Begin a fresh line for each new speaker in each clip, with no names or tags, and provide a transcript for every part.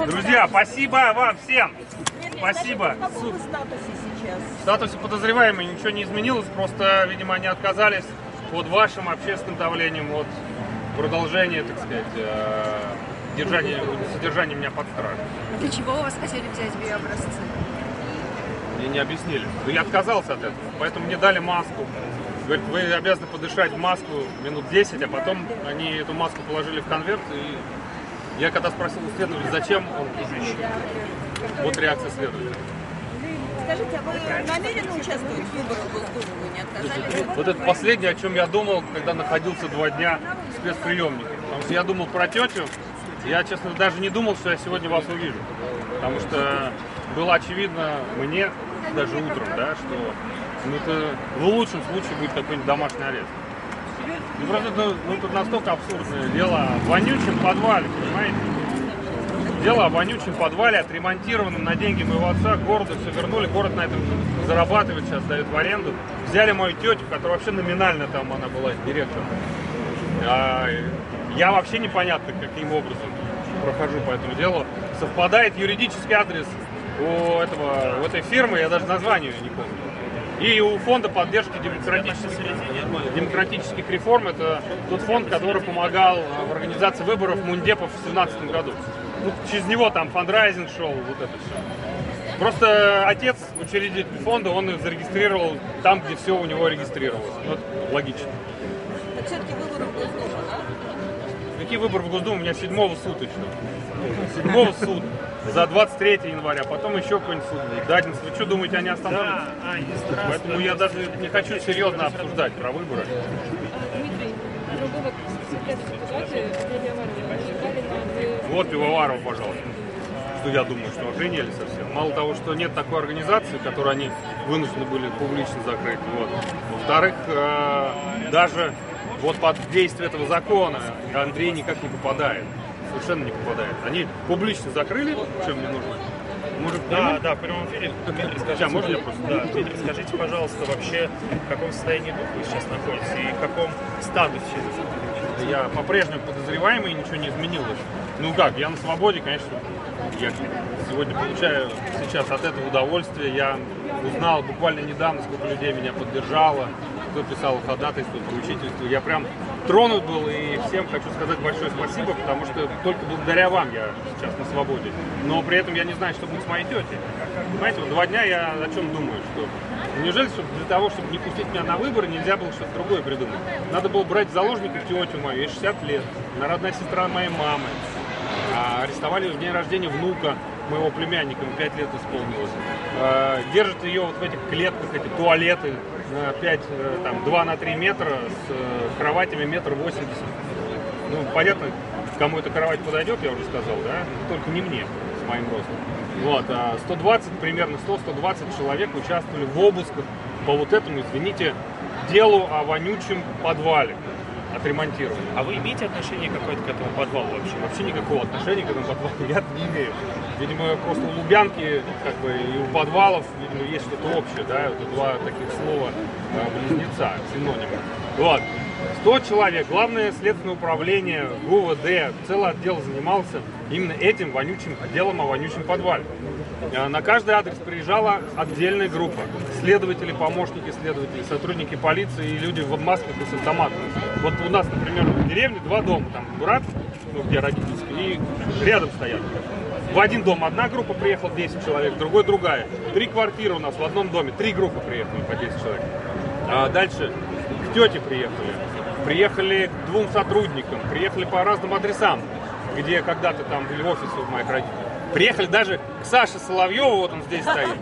Друзья, спасибо вам всем. Спасибо. В статусе подозреваемых ничего не изменилось, просто, видимо, они отказались под вашим общественным давлением от продолжения, так сказать, содержания меня под стражей.
Для чего у вас хотели взять биообразцы?
Мне не объяснили. Но я отказался от этого, поэтому мне дали маску. Говорят, вы обязаны подышать в маску минут 10, а потом они эту маску положили в конверт. И я когда спросил у следователя, зачем он вот реакция следователя.
Скажите, а вы намерены участвовать в выборах в Госдуму? Вы не отказались?
Вот это последнее, о чем я думал, когда находился 2 дня в спецприемнике. Потому что я думал про тетю. Я, честно, даже не думал, что я сегодня вас увижу. Потому что было очевидно мне, даже утром, да, что это в лучшем случае будет какой-нибудь домашний арест. Ну, просто это настолько абсурдное дело о вонючем подвале, понимаете? Дело о вонючем подвале, отремонтированном на деньги моего отца, городу все вернули, город на этом зарабатывает, сейчас дает в аренду. Взяли мою тетю, которая вообще номинально там она была директором. Я вообще непонятно, каким образом прохожу по этому делу. Совпадает юридический адрес у этой фирмы, я даже название не помню. И у фонда поддержки демократических реформ, это тот фонд, который помогал в организации выборов Мундепов в 2017 году. Ну, через него там фандрайзинг шел, вот это все. Просто отец, учредитель фонда, он их зарегистрировал там, где все у него регистрировалось. Вот логично.
Так все-таки выборы в Госдуму, да?
Какие выборы в Госдуму? У меня 7-го суд еще. 7-го суд. За 23 января, потом еще какой-нибудь суд будет. Дадинс, вы что думаете, они остановятся? Да, поэтому я даже не хочу серьезно обсуждать про выборы.
Дмитрий, другого секретаря
Вот Пивоварова, пожалуйста. Что я думаю, что охренели совсем. Мало того, что нет такой организации, которую они вынуждены были публично закрыть. Вот. Во-вторых, даже вот под действие этого закона Андрей никак не попадает. Совершенно не попадает. Они публично закрыли, чем мне нужно. Может,
да, в прямом эфире. Дмитрий, Дмитрий, скажите, пожалуйста, вообще, в каком состоянии духа вы сейчас находитесь и в каком статусе?
Я по-прежнему подозреваемый, ничего не изменилось. Ну как, я на свободе, конечно. Я сегодня получаю сейчас от этого удовольствие. Я узнал буквально недавно, сколько людей меня поддержало, кто писал ходатайство, поручительство. Я прям тронут был, и всем хочу сказать большое спасибо, потому что только благодаря вам я сейчас на свободе. Но при этом я не знаю, что будет с моей тетей. Понимаете, вот 2 дня я о чем думаю, что неужели для того, чтобы не пустить меня на выборы, нельзя было что-то другое придумать? Надо было брать в заложники тетю мою, ей 60 лет, она родная сестра моей мамы. Арестовали в день рождения внука моего племянника, ему 5 лет исполнилось. Держат ее вот в этих клетках, эти туалеты на 2 на 3 метра с кроватями 1,80 м. Ну, понятно, кому эта кровать подойдет, я уже сказал, да? Только не мне, с моим ростом. Вот, 120, примерно 100-120 человек участвовали в обысках по вот этому, извините, делу о вонючем подвале. Отремонтировали.
А вы имеете отношение какое-то к этому подвалу вообще?
Вообще никакого отношения к этому подвалу я не имею. Видимо, просто у Лубянки, как бы, и у подвалов, видимо, есть что-то общее, да, это 2 таких слова близнеца, синонима. Вот. 100 человек, главное следственное управление, ГУВД, целый отдел занимался именно этим вонючим делом о вонючем подвале. На каждый адрес приезжала отдельная группа. Следователи, помощники следователей, сотрудники полиции и люди в масках и с автоматами. Вот у нас, например, в деревне 2 дома. Там брат, ну, где родительский, и рядом стоят. В один дом одна группа приехала, 10 человек, в другой другая. 3 квартиры у нас в одном доме, 3 группы приехали по 10 человек. Дальше к тете приехали. Приехали к 2 сотрудникам, приехали по разным адресам, где когда-то там были офисы у моих родителей. Приехали даже к Саше Соловьеву, вот он здесь стоит,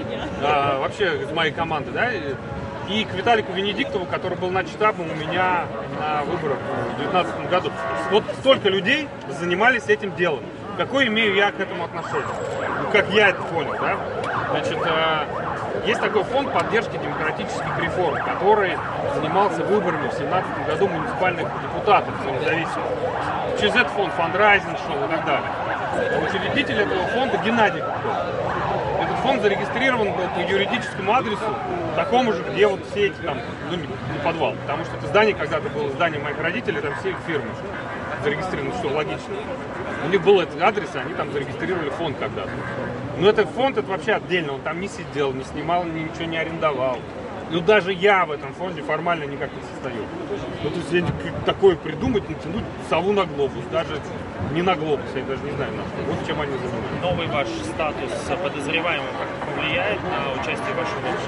вообще из моей команды, да, и к Виталику Венедиктову, который был начштабом у меня на выборах в 2019 году. Вот столько людей занимались этим делом. Какое имею я к этому отношение? Ну, как я это понял, да? Значит, есть такой фонд поддержки демократических реформ, который занимался выборами в 2017 году муниципальных депутатов независимых. Через этот фонд фандрайзинг шел и так далее. Учредитель этого фонда Геннадий Купков. Этот фонд зарегистрирован был по юридическому адресу, такому же, где вот все эти там, ну, не подвал, потому что это здание когда-то было зданием моих родителей, там все их фирмы. зарегистрированы, что логично. У них был этот адрес, и они там зарегистрировали фонд когда-то. Но этот фонд, это вообще отдельно, он там не сидел, не снимал, ничего не арендовал. Ну даже я в этом фонде формально никак не состою. Ну то есть я такое придумать, натянуть сову на глобус, даже не на глобус, я даже не знаю на что. Вот чем они занимаются.
Новый ваш статус подозреваемого как повлияет на участие вашего в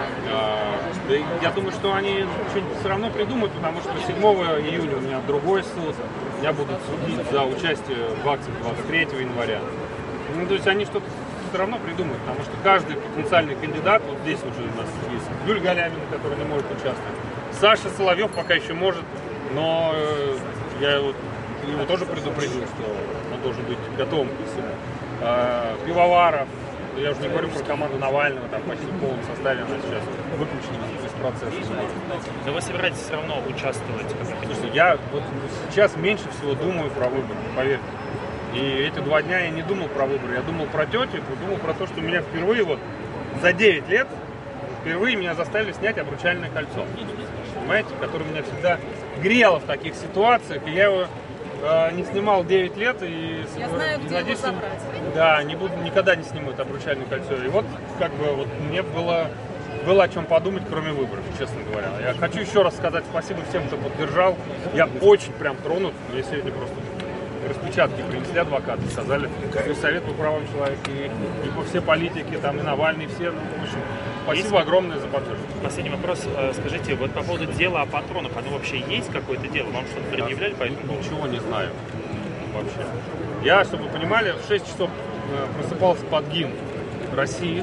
общем?
Да, я думаю, что они что-нибудь все равно придумают, потому что 7 июня у меня другой суд. Меня будут судить за участие в акциях 23 января. Ну, то есть они что-то все равно придумают, потому что каждый потенциальный кандидат, вот здесь уже у нас есть Юлия Галямина, который не может участвовать, Саша Соловьев пока еще может, но я его тоже предупредил, что он должен быть готовым к всему. Пивоваров, я уже не говорю про команду Навального, там почти в полном составе она сейчас выключена из процесса.
Но вы собираетесь все равно участвовать?
Слушайте, я вот сейчас меньше всего думаю про выборы, поверьте. И эти 2 дня я не думал про выборы, я думал про тетю, думал про то, что меня впервые вот за 9 лет впервые меня заставили снять обручальное кольцо. Понимаете, которое меня всегда грело в таких ситуациях, и я его не снимал 9 лет и
Я знаю, где
надеюсь,
его забрать.
да, никогда не сниму это обручальное кольцо. И вот как бы вот мне было о чем подумать, кроме выборов, честно говоря. Я хочу еще раз сказать спасибо всем, кто поддержал. Я очень прям тронут. Мне сегодня просто распечатки принесли адвокаты, сказали, что Совет по правам человека и по все политики, там и Навальный, все. Ну, в общем, спасибо огромное за поддержку.
Последний вопрос. Скажите, вот по поводу дела о патронах, оно вообще есть какое-то дело? Вам что-то предъявляли по этому поводу?
Ничего не знаю вообще. Я, чтобы вы понимали, в 6 часов просыпался под гимн России.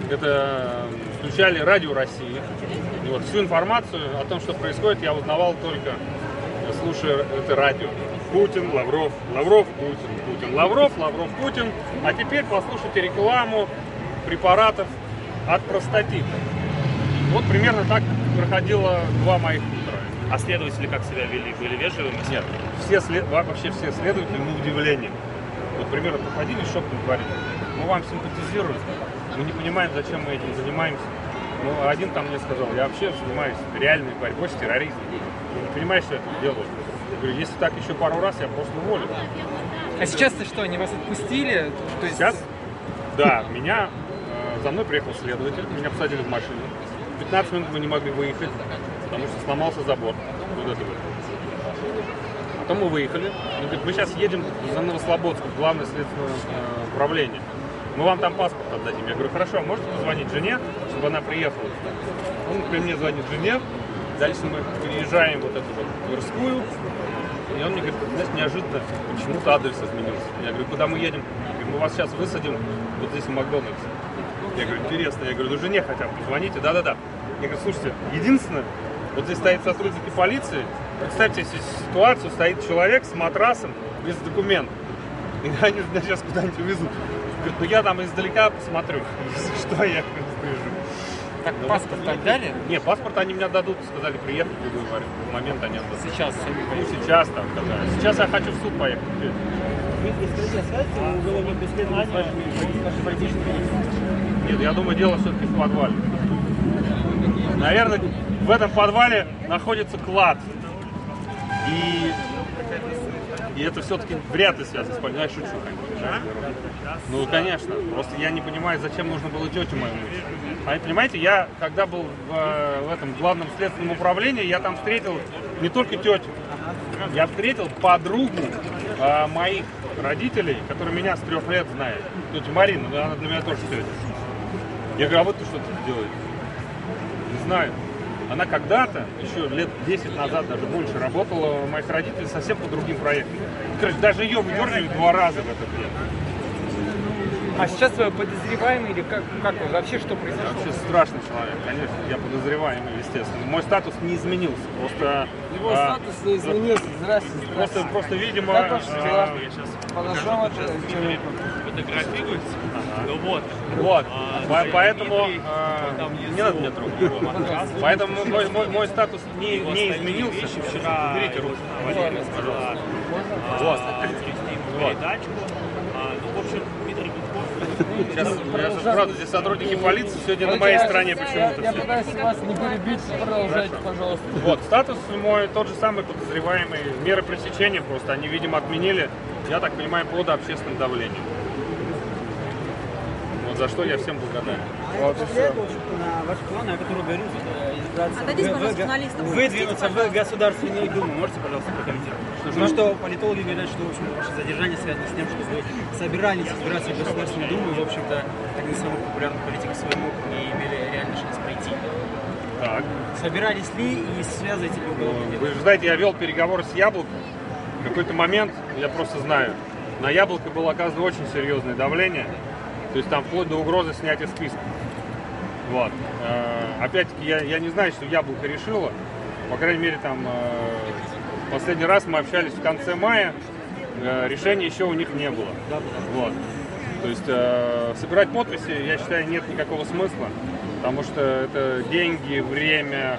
Это включали радио России. И вот всю информацию о том, что происходит, я узнавал только слушая это радио. Путин, Лавров, Лавров, Путин, Путин, Лавров, Лавров, Путин. А теперь послушайте рекламу препаратов от простатита. Вот примерно так проходило 2 моих утра.
А следователи как себя вели? Были вежливыми?
Нет, вообще все следователи на удивление. Вот примерно подходили и шепотом говорили: мы вам симпатизируем, мы не понимаем, зачем мы этим занимаемся. Ну, один там мне сказал: я вообще занимаюсь реальной борьбой с терроризмом. Вы не понимаете, что я это делаю? Я говорю: если так еще пару раз, я просто уволю.
А сейчас-то что, они вас отпустили? То есть...
Сейчас? Да, за мной приехал следователь, меня посадили в машину. 15 минут мы не могли выехать, потому что сломался забор. Вот это вот. Потом мы выехали. Он говорит: мы сейчас едем за Новослободск, в главное следственное управление. Мы вам там паспорт отдадим. Я говорю: хорошо, можете позвонить жене, чтобы она приехала? Он при мне звонит жене. Дальше мы переезжаем вот эту вот Тверскую. И он мне говорит: знаешь, неожиданно почему-то адрес изменился. Я говорю: куда мы едем? Я говорю: мы вас сейчас высадим вот здесь в Макдональдсе. Я говорю: интересно. Я говорю: ну жене хотя бы позвоните. Да-да-да. Я говорю: слушайте, единственное, вот здесь стоят сотрудники полиции. Представьте себе ситуацию, стоит человек с матрасом без документов. И они меня сейчас куда-нибудь увезут. Говорит: ну я там издалека посмотрю. Что я скажу.
Так, паспорт отдали?
Не, паспорт они мне дадут, сказали приехать, буду говорить. В момент они отдадут.
Сейчас.
Ну сейчас там, когда. Сейчас я хочу в суд поехать. Нет, я думаю, дело все-таки в подвале. Наверное, в этом подвале находится клад. И это все-таки вряд ли связано с подвалом. Я шучу, конечно. Ну, конечно. Просто я не понимаю, зачем нужно было тетю мою мучить. А понимаете, я, когда был в этом главном следственном управлении, я там встретил не только тетю. Я встретил подругу моих родителей, которая меня с 3 лет знает. Тетя Марина, но она для меня тоже тетя. Я говорю: а вот ты что тут делаешь? Не знаю. Она когда-то, еще лет 10 назад, даже больше, работала у моих родителей совсем по другим проектам. Короче, даже ее выдергивали 2 раза в этот лет.
А сейчас вы подозреваемый или как вообще что произошло?
Вообще страшный человек, конечно, я подозреваемый, естественно. Мой статус не изменился, просто...
Его статус не изменился, здрасте.
Просто видимо...
Как ваши дела? Подошел от человека.
Фотографируется? Ну вот.
Вот, поэтому не надо меня трогать. Поэтому мой статус не изменился. Берите руку, пожалуйста. Вот.
Передачку. Ну, в общем, Дмитрий Гудков
Сейчас, правда, здесь сотрудники полиции сегодня на моей стороне почему-то.
Я пытаюсь вас не перебить, продолжайте, пожалуйста.
Вот, статус мой тот же самый подозреваемый. Меры пресечения просто, они, видимо, отменили, я так понимаю, под общественным давлением. Вот за что я всем благодарен.
Вот и все.
На ваши планы, о которых говорю,
Отдадите, пожалуйста, журналистам.
выдвинуться в Государственную Думу. Можете, пожалуйста, прокомментировать? Потому что политологи говорят, что, в общем, ваше задержание связано с тем, что вы собирались избираться в Государственную Думу, и, в общем-то, как не самый популярный политик в своем округе, не имели реальный шанс пройти.
Так.
Собирались ли и связываете ли уголовное дело?
Вы же знаете, я вел переговоры с Яблоком. В какой-то момент, я просто знаю, на Яблоко было оказано очень серьезное давление. То есть там вплоть до угрозы снятия списка. Вот. Опять-таки, я не знаю, что Яблоко решило. По крайней мере, там последний раз мы общались в конце мая. Решения еще у них не было. Вот. То есть собирать подписи, я считаю, нет никакого смысла. Потому что это деньги, время,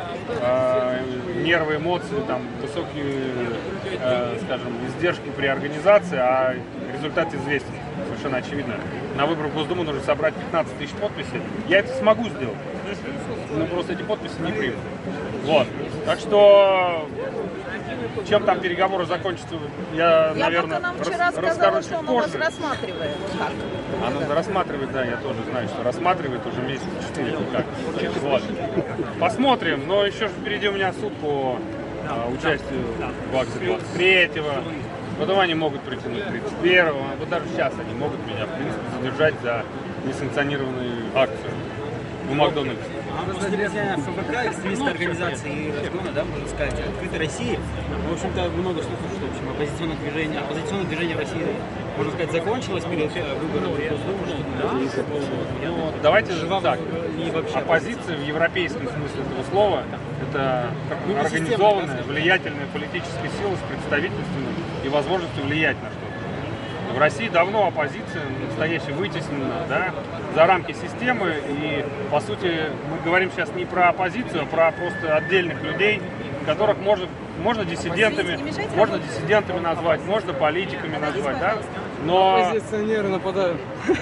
нервы, эмоции, там, высокие, скажем, издержки при организации, а результат известен, совершенно очевидно. На выборы в Госдуму нужно собрать 15 тысяч подписей. Я это смогу сделать, но просто эти подписи не примут. Вот. Так что, чем там переговоры закончатся, я наверное,
нам вчера
расскажу
сказала,
чуть
что он у вас
позже.
рассматривает. Как?
Она рассматривает, да, я тоже знаю, что рассматривает уже месяца 4 или как. Вот. Посмотрим, но еще же впереди у меня суд по участию в акции 23-го. Потом они могут притянуть 31-го, вот даже сейчас они могут меня, в принципе, задержать за несанкционированную акцию в Макдональдсе.
Представителя ФБК, экстремистской организации и Рождона, да, можно сказать, открытой России. В общем-то, много слухов, что, в общем, оппозиционное движение в России, можно сказать, закончилось перед выборами в Госдуму.
Ну, давайте же так.
И вообще
Оппозиция в европейском смысле этого слова — это организованная, влиятельная политическая сила с представительством и возможностью влиять на что-то. В России давно оппозиция настоящая вытеснена, да, за рамки системы, и по сути мы говорим сейчас не про оппозицию, а про просто отдельных людей, которых можно диссидентами, можно диссидентами назвать, можно политиками назвать, да, но...
Оппозиционеры нападают.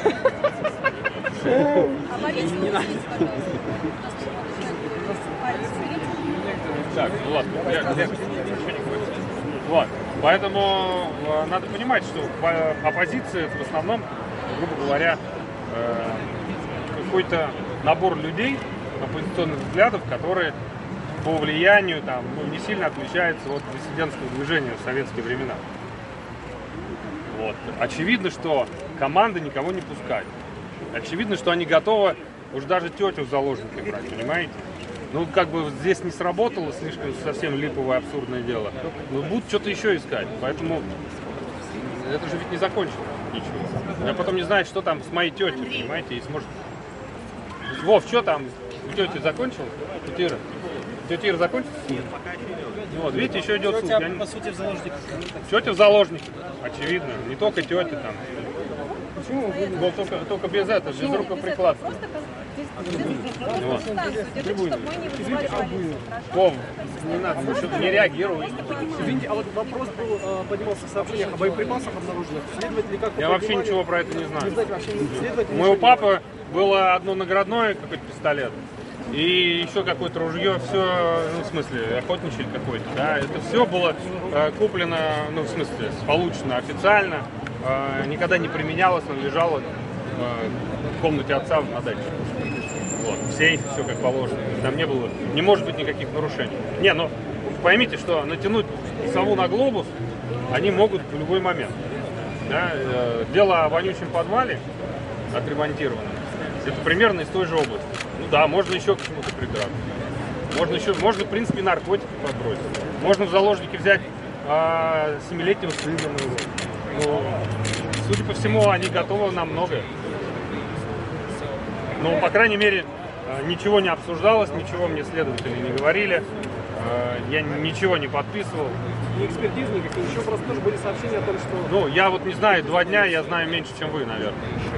Так, ну ладно, я ничего не говорю. Вот. Поэтому надо понимать, что оппозиция это в основном, грубо говоря, какой-то набор людей, оппозиционных взглядов, которые по влиянию там, не сильно отличаются от диссидентского движения в советские времена. Вот. Очевидно, что команды никого не пускают. Очевидно, что они готовы уж даже тетю в заложники брать, понимаете? Ну, как бы здесь не сработало, слишком совсем липовое, абсурдное дело. Но будут что-то еще искать. Поэтому это же ведь не закончено ничего. Я потом не знаю, что там с моей тетей, понимаете, и сможет... Вов, что там? У тети закончил? Тетя Ира? Тетя Ира закончила? Вот, видите, еще идет суд.
Тетя, по сути, в заложниках.
Тетя в заложниках, очевидно. Не только тетя там. Почему? Вот только без этого, без рукоприкладства. Вот. Вов, не надо, не реагируй.
Извините, а вот вопрос был, поднимался в сообщениях о боеприпасах обнаруженных. Следователи как-то
Я вообще
поднимали?
ничего про это не знаю.
Не знаете, вообще следователи
У моего папы было одно наградное, какой-то пистолет, и еще какое-то ружье, все, ну, в смысле, охотничий какой-то, да, это все было куплено, ну, в смысле, получено официально, никогда не применялось, оно лежало в комнате отца на даче. Вот, в сейфе все как положено, там не может быть никаких нарушений. Не, ну, поймите, что натянуть сову на глобус они могут в любой момент. Да? Дело о вонючем подвале, отремонтированном, это примерно из той же области. Ну да, можно еще к чему-то придраться. Можно, в принципе, наркотики подбросить. Можно в заложники взять 7-летнего сына моего. Но, судя по всему, они готовы на многое. Но, по крайней мере, ничего не обсуждалось, ничего мне следователи не говорили. Я ничего не подписывал.
ни экспертизы никаких, еще просто тоже были сообщения о том, что...
Ну, я вот не знаю, 2 дня я знаю меньше, чем вы, наверное.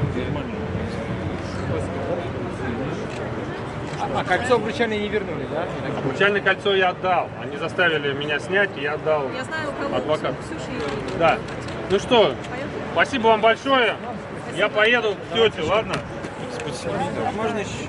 А кольцо обручальное не вернули, да?
Обручальное кольцо я отдал. Они заставили меня снять, и я отдал
Я знаю, у кого
адвокату.
Ксюша.
Да. Ну что, спасибо вам большое. Я поеду к тете, ладно?
Можно еще